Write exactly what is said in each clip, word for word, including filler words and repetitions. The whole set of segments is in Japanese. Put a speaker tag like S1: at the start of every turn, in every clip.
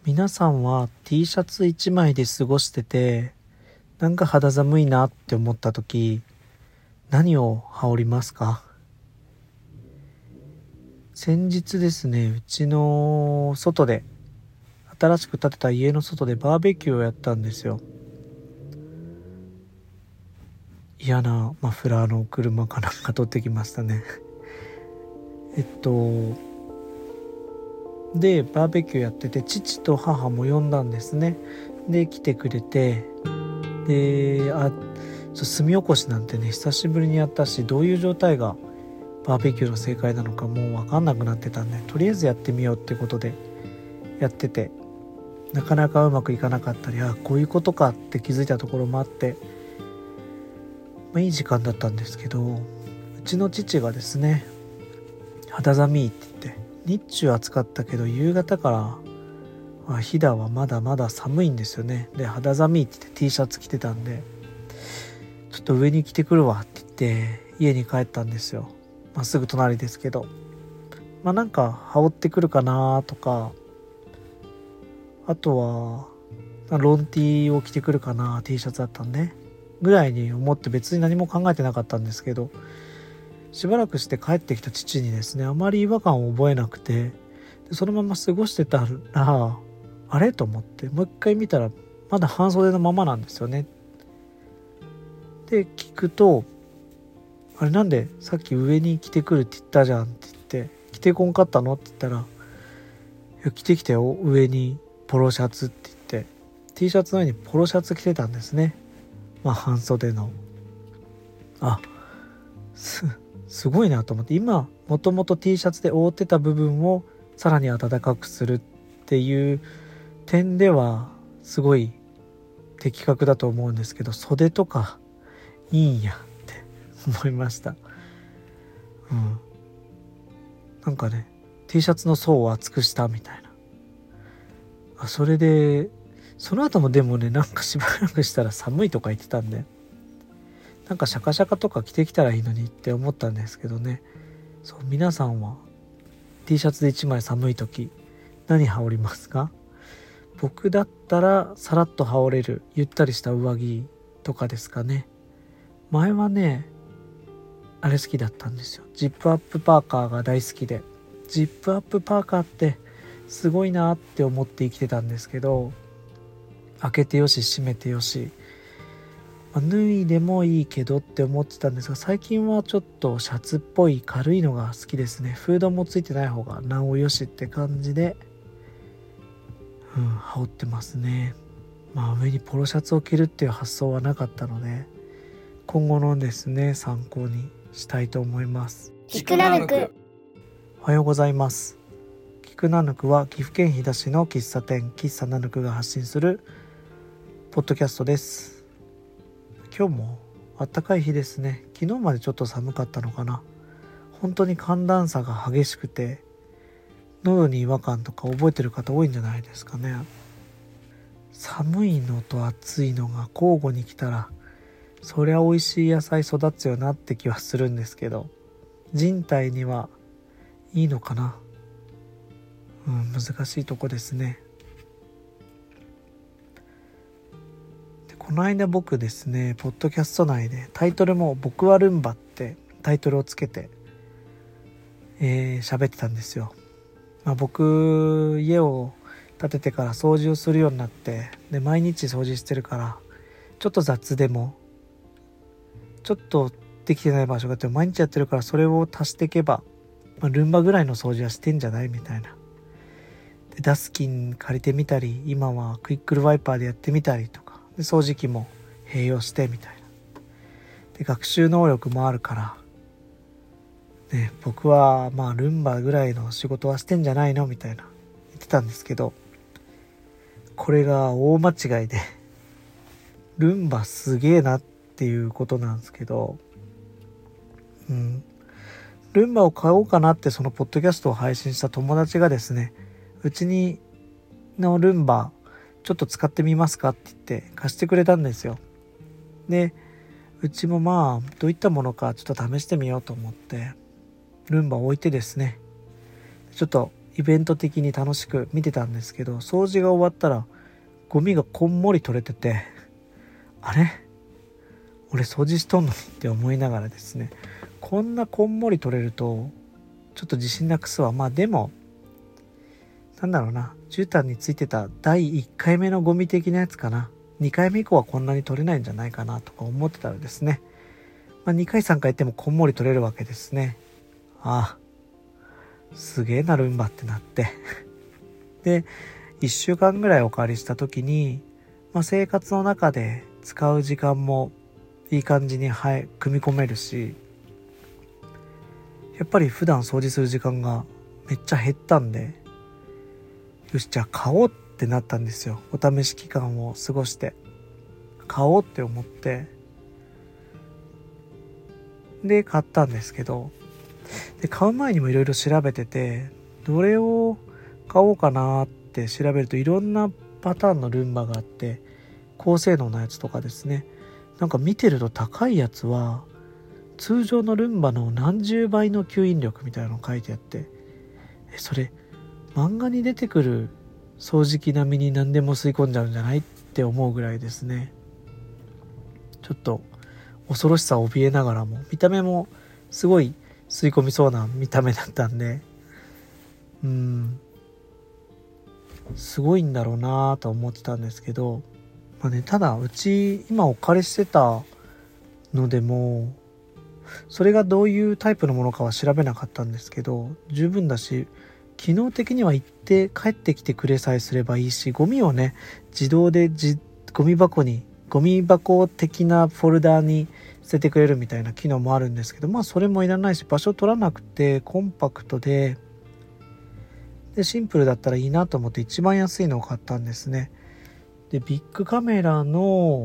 S1: 皆さんは T シャツいちまいで過ごしてて、なんか肌寒いなって思った時、何を羽織りますか？先日ですね、うちの外で、新しく建てた家の外でバーベキューをやったんですよ。嫌なマフラーの車かなんか取ってきましたね。えっと、で、バーベキューやってて、父と母も呼んだんですね。で、来てくれて、で、あ、炭起こしなんてね、久しぶりにやったし、どういう状態がバーベキューの正解なのかもう分かんなくなってたんで、とりあえずやってみようってことでやってて、なかなかうまくいかなかったり、あ、こういうことかって気づいたところもあって、まあ、いい時間だったんですけど、うちの父がですね、肌寒いって言って、日中暑かったけど夕方から飛騨はまだまだ寒いんですよね。で、肌寒いって言って T シャツ着てたんで、ちょっと上に着てくるわって言って家に帰ったんですよ。まあ、すぐ隣ですけど、まあなんか羽織ってくるかなとか、あとはロン T を着てくるかな、 T シャツだったんでぐらいに思って別に何も考えてなかったんですけど、しばらくして帰ってきた父にですね、あまり違和感を覚えなくて、でそのまま過ごしてたら、あれと思ってもう一回見たらまだ半袖のままなんですよね。で聞くと、あれなんでさっき上に着てくるって言ったじゃんって言って、着てこんかったのって言ったら、いや着てきたよ上にポロシャツって言って、 T シャツの上にポロシャツ着てたんですね。まあ半袖の、あ、すすごいなと思って、今もともと T シャツで覆ってた部分をさらに暖かくするっていう点ではすごい的確だと思うんですけど、袖とかいいんやって思いました。うん、なんかね T シャツの層を厚くしたみたいな。あ、それでその後もでもね、なんかしばらくしたら寒いとか言ってたんで、なんかシャカシャカとか着てきたらいいのにって思ったんですけどね。そう、皆さんは T シャツでいちまい寒い時何羽織りますか？僕だったらさらっと羽織れるゆったりした上着とかですかね。前はね、あれ好きだったんですよ。ジップアップパーカーが大好きで、ジップアップパーカーってすごいなって思って生きてたんですけど、開けてよし閉めてよし、まあ、脱いでもいいけどって思ってたんですが、最近はちょっとシャツっぽい軽いのが好きですね。フードもついてない方がなおよしって感じで、うん、羽織ってますね。まあ上にポロシャツを着るっていう発想はなかったので、今後のですね参考にしたいと思います。
S2: キクナヌク。
S1: おはようございます。キクナヌクは岐阜県飛騨市の喫茶店喫茶ナヌクが発信するポッドキャストです。今日も暖かい日ですね。昨日までちょっと寒かったのかな。本当に寒暖差が激しくて、喉に違和感とか覚えてる方多いんじゃないですかね。寒いのと暑いのが交互に来たら、そりゃ美味しい野菜育つよなって気はするんですけど、人体にはいいのかな。うん、難しいとこですね。でこの間僕ですね、ポッドキャスト内でタイトルも僕はルンバってタイトルをつけてえー、喋ってたんですよ。まあ、僕家を建ててから掃除をするようになって、で毎日掃除してるから、ちょっと雑でもちょっとできてない場所があっても毎日やってるから、それを足していけば、まあ、ルンバぐらいの掃除はしてんじゃないみたいな。でダスキン借りてみたり、今はクイックルワイパーでやってみたりとかで、掃除機も併用してみたいな。で学習能力もあるからね、僕はまあルンバぐらいの仕事はしてんじゃないのみたいな言ってたんですけど、これが大間違いでルンバすげえなっていうことなんですけど、うん、ルンバを買おうかなってそのポッドキャストを配信した友達がですね、うちにのルンバちょっと使ってみますかって言って貸してくれたんですよ。でうちもまあどういったものかちょっと試してみようと思ってルンバを置いてですね、ちょっとイベント的に楽しく見てたんですけど、掃除が終わったらゴミがこんもり取れてて、あれ俺掃除しとんのにって思いながらですね、こんなこんもり取れるとちょっと自信なくすわ。まあでもなんだろうな、絨毯についてただいいっかいめのゴミ的なやつかな、にかいめ以降はこんなに取れないんじゃないかなとか思ってたらですね、まあ、にかいさんかいやってもこんもり取れるわけですね。ああすげえなルンバってなってでいっしゅうかんぐらいお借りした時に、まあ、生活の中で使う時間もいい感じに、はい、組み込めるし、やっぱり普段掃除する時間がめっちゃ減ったんで、よしじゃあ買おうってなったんですよ。お試し期間を過ごして買おうって思ってで買ったんですけど、で買う前にもいろいろ調べてて、どれを買おうかなって調べるといろんなパターンのルンバがあって、高性能なやつとかですね、なんか見てると高いやつは通常のルンバの何十倍の吸引力みたいなの書いてあって、えそれ漫画に出てくる掃除機並みに何でも吸い込んじゃうんじゃないって思うぐらいですね。ちょっと恐ろしさを怯えながらも、見た目もすごい吸い込みそうな見た目だったんで、うーんすごいんだろうなと思ってたんですけど、まあね、ただうち今お借りしてたのでもそれがどういうタイプのものかは調べなかったんですけど、十分だし機能的には行って帰ってきてくれさえすればいいし、ゴミをね自動でじゴミ箱にゴミ箱的なフォルダーに捨ててくれるみたいな機能もあるんですけど、まあそれもいらないし、場所取らなくてコンパクトででシンプルだったらいいなと思って一番安いのを買ったんですね。でビッグカメラの、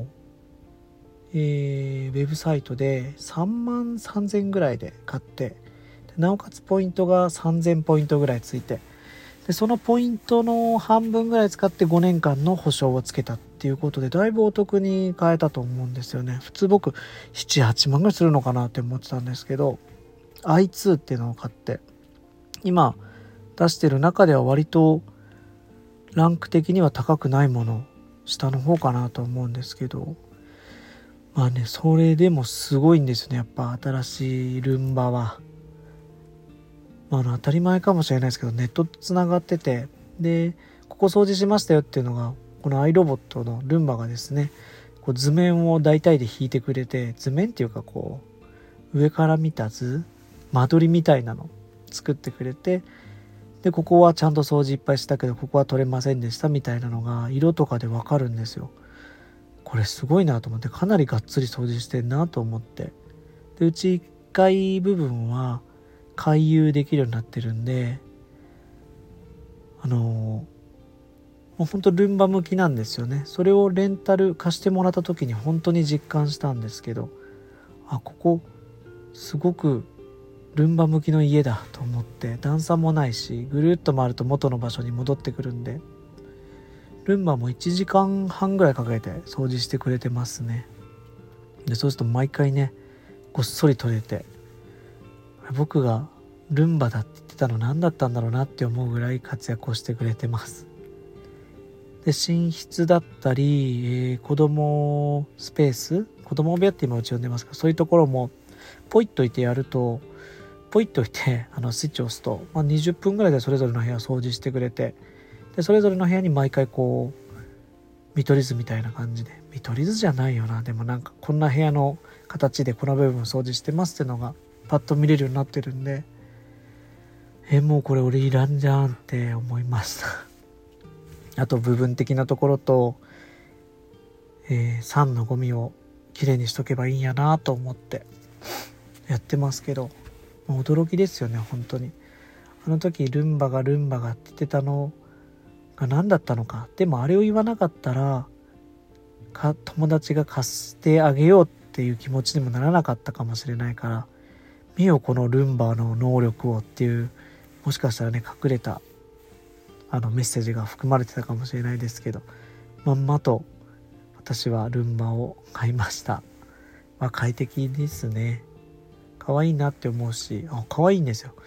S1: えー、ウェブサイトでさんまんさんぜんぐらいで買って、なおかつポイントがさんぜんポイントぐらいついて、でそのポイントの半分ぐらい使ってごねんかんの保証をつけたっていうことで、だいぶお得に買えたと思うんですよね。普通僕ななはちまんぐらいするのかなって思ってたんですけど、 アイツー っていうのを買って、今出してる中では割とランク的には高くないもの、下の方かなと思うんですけど、まあねそれでもすごいんですね。やっぱ新しいルンバは、まあ、あの当たり前かもしれないですけどネットとつながってて、でここ掃除しましたよっていうのがこの iRobot のルンバがですね、こう図面を大体で引いてくれて、図面っていうかこう上から見た図、間取りみたいなの作ってくれて、でここはちゃんと掃除いっぱいしたけどここは取れませんでしたみたいなのが色とかでわかるんですよ。これすごいなと思って、かなりがっつり掃除してんなと思って、でうちいっかい部分は回遊できるようになってるんで、あのもう本当ルンバ向きなんですよね。それをレンタル貸してもらった時に本当に実感したんですけど、あここすごくルンバ向きの家だと思って、段差もないしぐるっと回ると元の場所に戻ってくるんで、ルンバもいちじかんはんぐらいかけて掃除してくれてますね。でそうすると毎回ねごっそり取れて、僕がルンバだって言ってたの何だったんだろうなって思うぐらい活躍をしてくれてます。で寝室だったり、えー、子供スペース、子供部屋って今うち呼んでますけど、そういうところもポイッといてやると、ポイッといてあのスイッチを押すと、まあ、にじゅっぷんぐらいでそれぞれの部屋を掃除してくれて、でそれぞれの部屋に毎回こう見取り図みたいな感じで、見取り図じゃないよな、でもなんかこんな部屋の形でこの部分を掃除してますってのがパッと見れるようになってるんで、えもうこれ俺いらんじゃんって思いましたあと部分的なところと、えー、酸のゴミをきれいにしとけばいいんやなと思ってやってますけど、驚きですよね本当に。あの時ルンバがルンバがって言ってたのが何だったのか。でもあれを言わなかったらか友達が貸してあげようっていう気持ちにもならなかったかもしれないから、見よこのルンバの能力をっていう、もしかしたらね隠れたあのメッセージが含まれてたかもしれないですけど、まんまと私はルンバを買いました。まあ快適ですね。可愛いなって思うし、あ可愛いんですよ。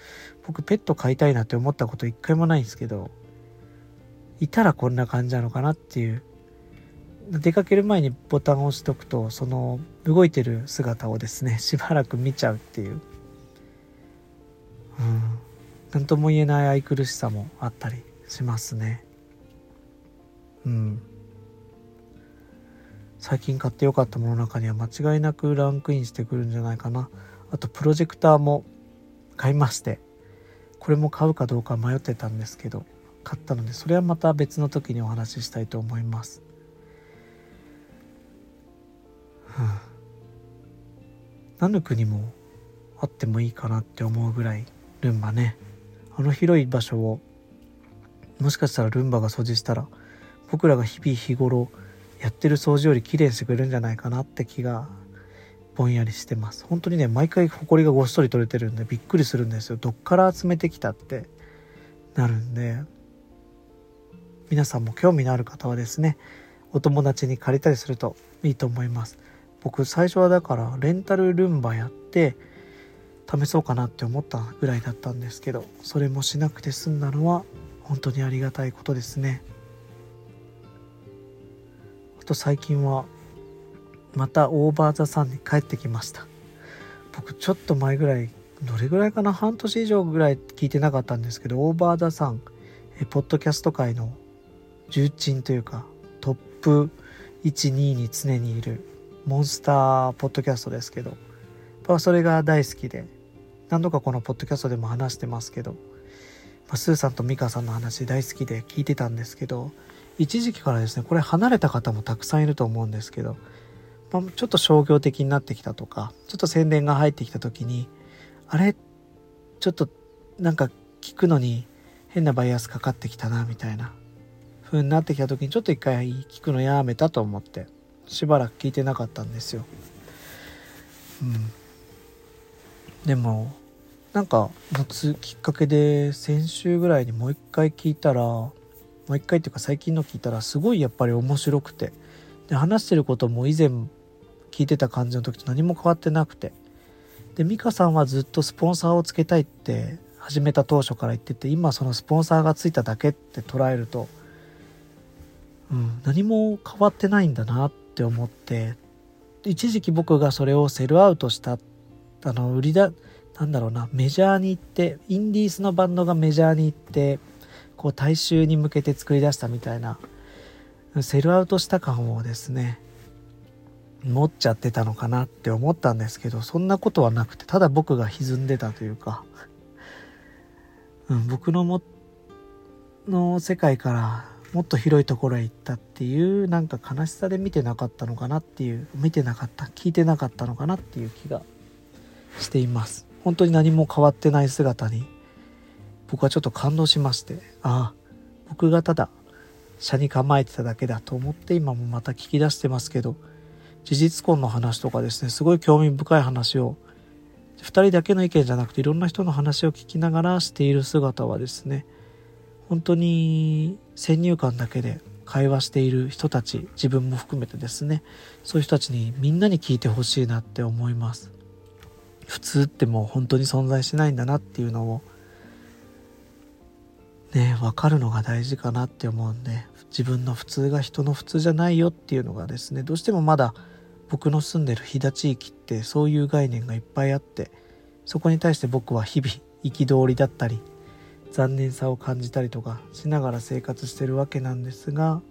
S1: 僕ペット飼いたいなって思ったこと一回もないんですけど、いたらこんな感じなのかなっていう、出かける前にボタンを押しとくとその動いてる姿をですねしばらく見ちゃうっていう、うん、なんとも言えない愛くるしさもあったりしますね。うん、最近買ってよかったものの中には間違いなくランクインしてくるんじゃないかな。あとプロジェクターも買いまして、これも買うかどうか迷ってたんですけど買ったので、それはまた別の時にお話ししたいと思います。うん、何の国もあってもいいかなって思うぐらいルンバね、あの広い場所をもしかしたらルンバが掃除したら僕らが日々日頃やってる掃除よりきれいにしてくれるんじゃないかなって気がぼんやりしてます。本当にね、毎回ホコリがごっそり取れてるんでびっくりするんですよ。どっから集めてきたってなるんで、皆さんも興味のある方はですね、お友達に借りたりするといいと思います。僕最初はだからレンタルルンバやって試そうかなって思ったぐらいだったんですけど、それもしなくて済んだのは本当にありがたいことですね。あと最近はまたオーバーザさんに帰ってきました。僕ちょっと前ぐらい、どれぐらいかな、半年以上ぐらい聞いてなかったんですけど、オーバーザさんえポッドキャスト界の重鎮というかトップいち、にいに常にいるモンスターポッドキャストですけど、それが大好きで何度かこのポッドキャストでも話してますけど、スーさんとミカさんの話大好きで聞いてたんですけど、一時期からですね、これ離れた方もたくさんいると思うんですけど、まあ、ちょっと商業的になってきたとか、ちょっと宣伝が入ってきた時に、あれちょっとなんか聞くのに変なバイアスかかってきたなみたいな風になってきた時に、ちょっと一回聞くのやめたと思ってしばらく聞いてなかったんですよ。うん。でもなんか持つきっかけで先週ぐらいにもう一回聞いたら、もう一回っていうか最近の聞いたらすごいやっぱり面白くて、で話してることも以前聞いてた感じの時と何も変わってなくて、でミカさんはずっとスポンサーをつけたいって始めた当初から言ってて、今そのスポンサーがついただけって捉えると、うん、何も変わってないんだなって思って、一時期僕がそれをセルアウトした、あの売りだなんだろうなメジャーに行って、インディースのバンドがメジャーに行ってこう大衆に向けて作り出したみたいなセルアウトした感をですね持っちゃってたのかなって思ったんですけど、そんなことはなくて、ただ僕が歪んでたというか、うん、僕のもの世界からもっと広いところへ行ったっていう、なんか悲しさで見てなかったのかなっていう、見てなかった聞いてなかったのかなっていう気がしています。本当に何も変わってない姿に僕はちょっと感動しまして、ああ僕がただ車に構えてただけだと思って今もまた聞き出してますけど、事実婚の話とかですね、すごい興味深い話をふたりだけの意見じゃなくていろんな人の話を聞きながらしている姿はですね、本当に先入観だけで会話している人たち、自分も含めてですね、そういう人たちにみんなに聞いてほしいなって思います。普通ってもう本当に存在しないんだなっていうのをね、分かるのが大事かなって思うんで、自分の普通が人の普通じゃないよっていうのがですね、どうしてもまだ僕の住んでる飛騨地域ってそういう概念がいっぱいあって、そこに対して僕は日々憤りだったり残念さを感じたりとかしながら生活してるわけなんですが、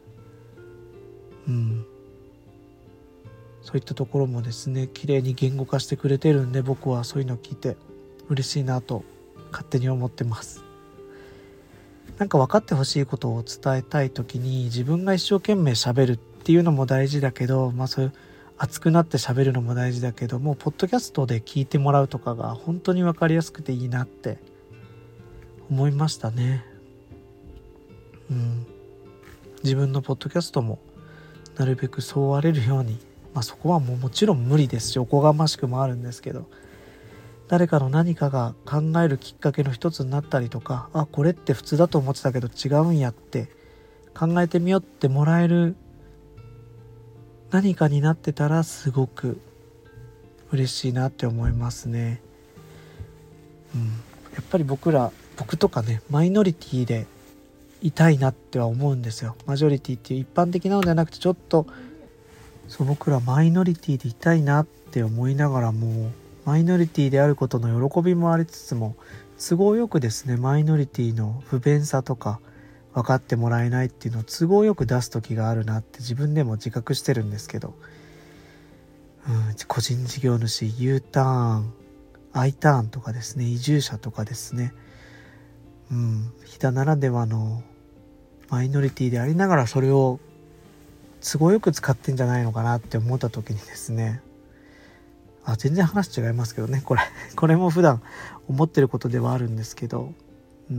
S1: うんそういったところもですね綺麗に言語化してくれてるんで、僕はそういうのを聞いて嬉しいなと勝手に思ってます。なんか分かってほしいことを伝えたい時に自分が一生懸命喋るっていうのも大事だけど、まあそういう熱くなって喋るのも大事だけども、ポッドキャストで聞いてもらうとかが本当に分かりやすくていいなって思いましたね。うん、自分のポッドキャストもなるべくそうあれるように、まあそこはもうもちろん無理ですしおこがましくもあるんですけど、誰かの何かが考えるきっかけの一つになったりとか、あこれって普通だと思ってたけど違うんやって考えてみようってもらえる何かになってたらすごく嬉しいなって思いますね。うん、 やっぱり僕ら僕とかねマイノリティでいたいなっては思うんですよ。マジョリティっていう一般的なのではなくて、ちょっとそう僕らマイノリティでいたいなって思いながらも、マイノリティであることの喜びもありつつも、都合よくですねマイノリティの不便さとか分かってもらえないっていうのを都合よく出す時があるなって自分でも自覚してるんですけど、うん、個人事業主、U ターン、I ターンとかですね、移住者とかですね、うん、飛騨ならではのマイノリティでありながらそれを都合よく使ってんじゃないのかなって思った時にですね、あ全然話違いますけどね、これこれも普段思ってることではあるんですけど、うん、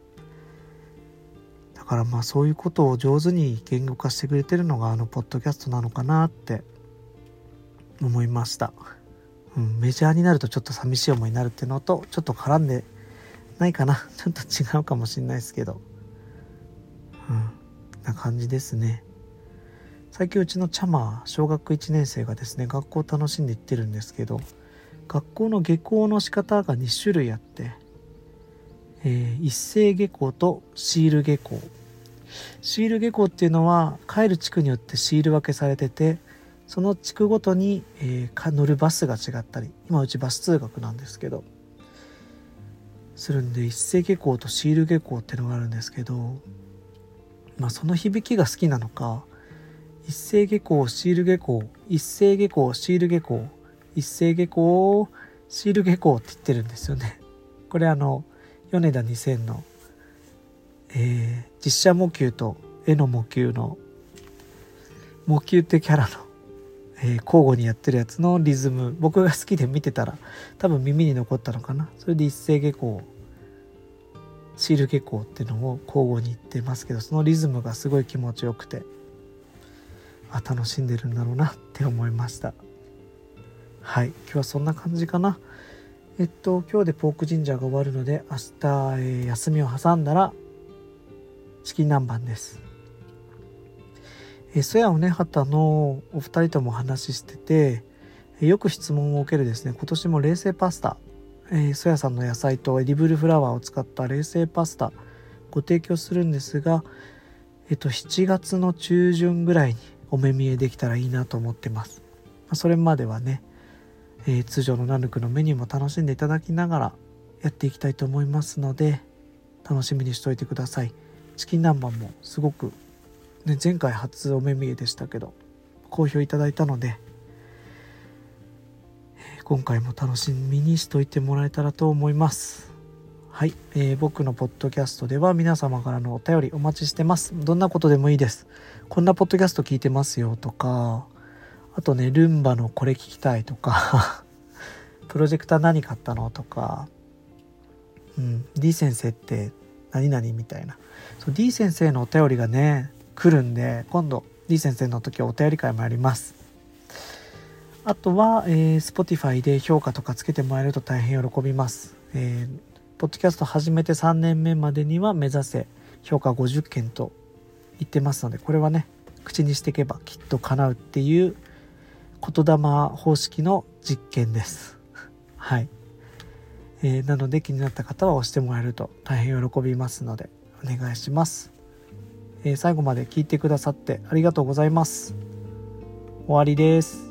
S1: だからまあそういうことを上手に言語化してくれてるのがあのポッドキャストなのかなって思いました、うん、メジャーになるとちょっと寂しい思いになるっていうのとちょっと絡んでないかな、ちょっと違うかもしれないですけど、うん、な感じですね。最近うちのチャマ小学いちねん生がですね学校を楽しんで行ってるんですけど、学校の下校の仕方がに種類あって、えー、一斉下校とシール下校。シール下校っていうのは帰る地区によってシール分けされてて、その地区ごとに、えー、乗るバスが違ったり、今うちバス通学なんですけどするんで、一斉下校とシール下校っていうのがあるんですけど、まあその響きが好きなのか、一斉下校シール下校、一斉下校シール下校、一斉下校シール下校って言ってるんですよね。これあの米田にせんの、えー、実写模級と絵の模級の模級ってキャラの、えー、交互にやってるやつのリズム、僕が好きで見てたら多分耳に残ったのかな。それで一斉下校シール下校っていうのを交互に言ってますけど、そのリズムがすごい気持ちよくて、あ楽しんでるんだろうなって思いました。はい、今日はそんな感じかな。えっと今日でポークジンジャーが終わるので、明日、えー、休みを挟んだらチキン南蛮です。えー、そやおねはたのお二人とも話してて、えー、よく質問を受けるですね、今年も冷製パスタ、えー、そやさんの野菜とエディブルフラワーを使った冷製パスタご提供するんですが、えっとしちがつの中旬ぐらいにお目見えできたらいいなと思ってます。それまではね、えー、通常のナヌクのメニューも楽しんでいただきながらやっていきたいと思いますので、楽しみにしておいてください。チキン南蛮もすごく、ね、前回初お目見えでしたけど好評いただいたので、えー、今回も楽しみにしておいてもらえたらと思います。はい、えー、僕のポッドキャストでは皆様からのお便りお待ちしてます。どんなことでもいいです。こんなポッドキャスト聞いてますよとか、あとねルンバのこれ聞きたいとかプロジェクター何買ったのとか、うん、D 先生って何々みたいな、そう D 先生のお便りがね来るんで、今度 D 先生の時はお便り会もやります。あとは、えー、Spotify で評価とかつけてもらえると大変喜びます。えー、ポッドキャスト始めてさんねんめまでには目指せ評価ごじゅっけんと言ってますので、これはね口にしていけばきっと叶うっていう言霊方式の実験ですはい、えー、なので気になった方は押してもらえると大変喜びますのでお願いします。えー、最後まで聞いてくださってありがとうございます。終わりです。